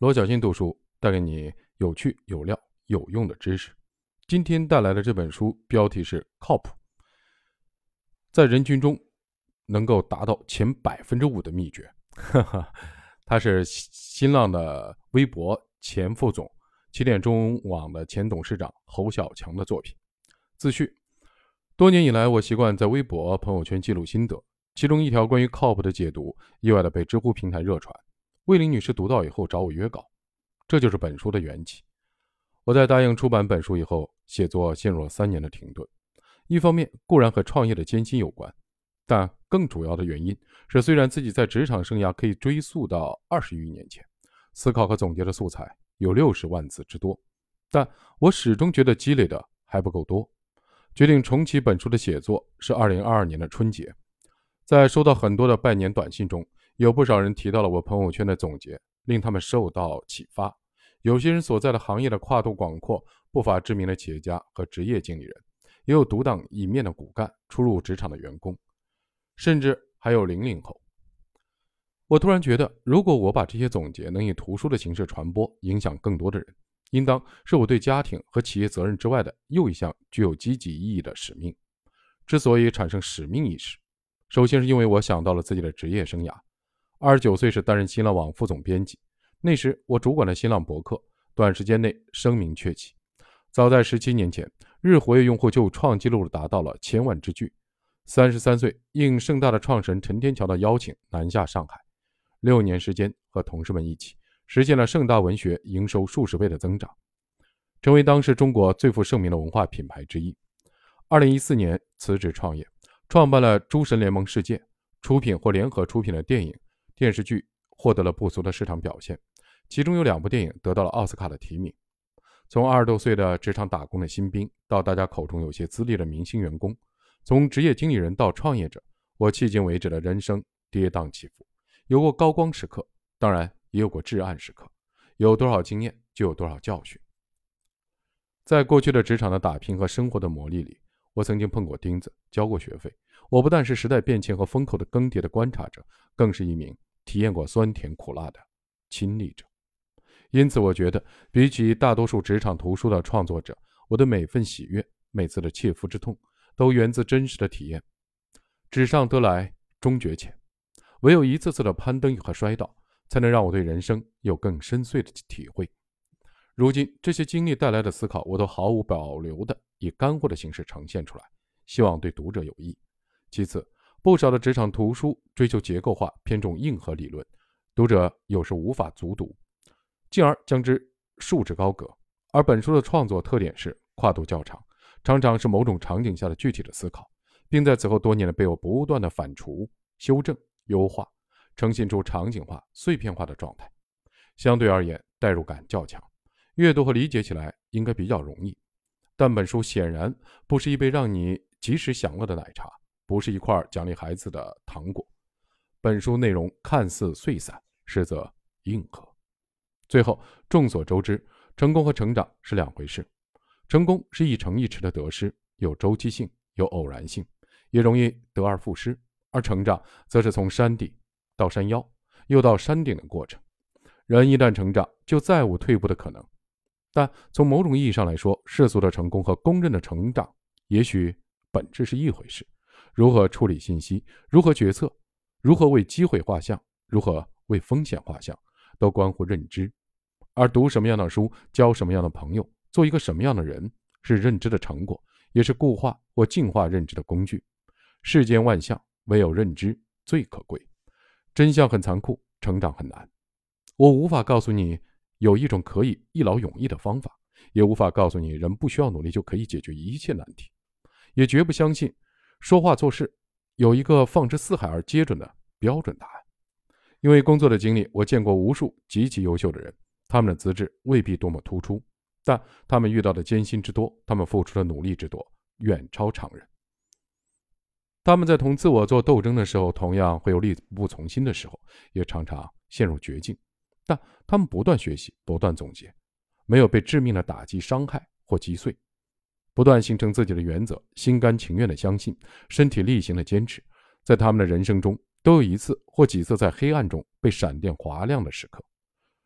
罗小新读书带给你有趣、有料、有用的知识。今天带来的这本书标题是靠谱，在人群中能够达到前5%的秘诀。他是新浪的微博前副总、起点中网的前董事长侯小强的作品。自序：多年以来，我习惯在微博朋友圈记录心得，其中一条关于靠谱的解读意外地被知乎平台热传。魏玲女士读到以后找我约稿，这就是本书的缘起。我在答应出版本书以后，写作陷入了3年的停顿。一方面固然和创业的艰辛有关，但更主要的原因是，虽然自己在职场生涯可以追溯到20余年前，思考和总结的素材有60万字之多，但我始终觉得积累的还不够多。决定重启本书的写作是2022年的春节，在收到很多的拜年短信中，有不少人提到了我朋友圈的总结，令他们受到启发。有些人所在的行业的跨度广阔，不乏知名的企业家和职业经理人，也有独当一面的骨干初入职场的员工，甚至还有00后。我突然觉得，如果我把这些总结能以图书的形式传播，影响更多的人，应当是我对家庭和企业责任之外的又一项具有积极意义的使命。之所以产生使命意识，首先是因为我想到了自己的职业生涯。29岁时担任新浪网副总编辑，那时我主管的新浪博客短时间内声名鹊起。早在17年前，日活跃用户就创纪录达到了1000万之巨。33岁应盛大的创始人陈天桥的邀请南下上海，6年时间和同事们一起实现了盛大文学营收数十倍的增长，成为当时中国最负盛名的文化品牌之一。2014年辞职创业，创办了诸神联盟世界，出品或联合出品的电影、电视剧获得了不俗的市场表现，其中有2部电影得到了奥斯卡的提名。从20多岁的职场打工的新兵，到大家口中有些资历的明星员工，从职业经理人到创业者，我迄今为止的人生跌宕起伏，有过高光时刻，当然也有过至暗时刻，有多少经验就有多少教训。在过去的职场的打拼和生活的磨砺里，我曾经碰过钉子，交过学费。我不但是时代变迁和风口的更迭的观察者，更是一名体验过酸甜苦辣的亲历者。因此我觉得，比起大多数职场图书的创作者，我的每份喜悦，每次的切肤之痛，都源自真实的体验。纸上得来终觉浅，唯有一次次的攀登和摔倒，才能让我对人生有更深邃的体会。如今这些经历带来的思考，我都毫无保留地以干货的形式呈现出来，希望对读者有益。其次，不少的职场图书追求结构化，偏重硬核理论，读者有时无法卒读，进而将之束之高阁。而本书的创作特点是跨度较长，常常是某种场景下的具体的思考，并在此后多年的被我不断的反刍、修正、优化，呈现出场景化、碎片化的状态。相对而言，代入感较强，阅读和理解起来应该比较容易。但本书显然不是一杯让你及时享乐的奶茶，不是一块奖励孩子的糖果。本书内容看似碎散，实则硬核。最后，众所周知，成功和成长是2回事。成功是一城一池的得失，有周期性，有偶然性，也容易得而复失。而成长则是从山底到山腰，又到山顶的过程。人一旦成长，就再无退步的可能。但从某种意义上来说，世俗的成功和公认的成长也许本质是一回事。如何处理信息，如何决策，如何为机会画像，如何为风险画像，都关乎认知。而读什么样的书，交什么样的朋友，做一个什么样的人，是认知的成果，也是固化或净化认知的工具。世间万象，唯有认知最可贵。真相很残酷，成长很难。我无法告诉你有一种可以一劳永逸的方法，也无法告诉你人不需要努力就可以解决一切难题，也绝不相信说话做事有一个放之四海而皆准的标准答案。因为工作的经历，我见过无数极其优秀的人，他们的资质未必多么突出，但他们遇到的艰辛之多，他们付出的努力之多，远超常人。他们在同自我做斗争的时候，同样会有力不从心的时候，也常常陷入绝境，但他们不断学习，不断总结，没有被致命的打击伤害或击碎，不断形成自己的原则，心甘情愿的相信，身体力行的坚持。在他们的人生中，都有一次或几次在黑暗中被闪电划亮的时刻。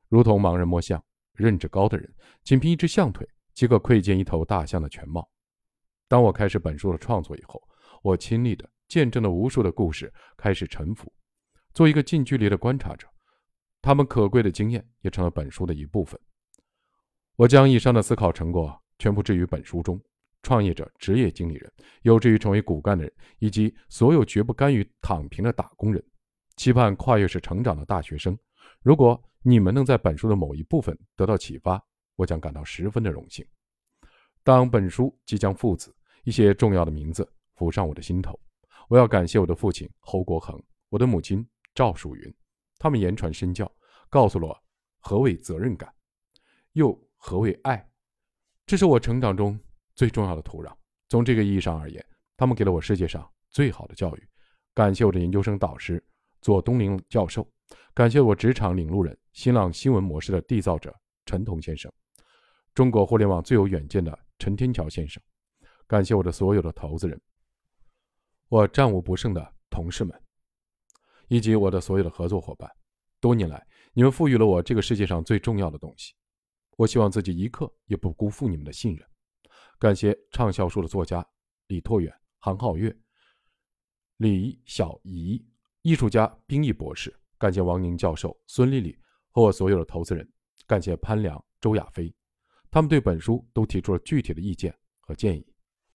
如同盲人摸象，认知高的人仅凭一只象腿即可窥见一头大象的全貌。当我开始本书的创作以后，我亲历的见证了无数的故事开始沉浮，做一个近距离的观察者，他们可贵的经验也成了本书的一部分。我将以上的思考成果全部置于本书中，创业者、职业经理人，有志于成为骨干的人，以及所有绝不甘于躺平的打工人，期盼跨越式成长的大学生。如果你们能在本书的某一部分得到启发，我将感到十分的荣幸。当本书即将附子，一些重要的名字浮上我的心头。我要感谢我的父亲侯国恒，我的母亲赵淑云，他们言传身教，告诉了我何为责任感，又何为爱。这是我成长中最重要的土壤。从这个意义上而言，他们给了我世界上最好的教育。感谢我的研究生导师左东林教授，感谢我职场领路人、新浪新闻模式的缔造者陈彤先生，中国互联网最有远见的陈天桥先生，感谢我的所有的投资人，我战无不胜的同事们，以及我的所有的合作伙伴。多年来，你们赋予了我这个世界上最重要的东西，我希望自己一刻也不辜负你们的信任。感谢畅销书的作家李拓远、韩浩月、李小怡，艺术家兵役博士，感谢王宁教授、孙丽丽和我所有的投资人，感谢潘良、周亚飞，他们对本书都提出了具体的意见和建议。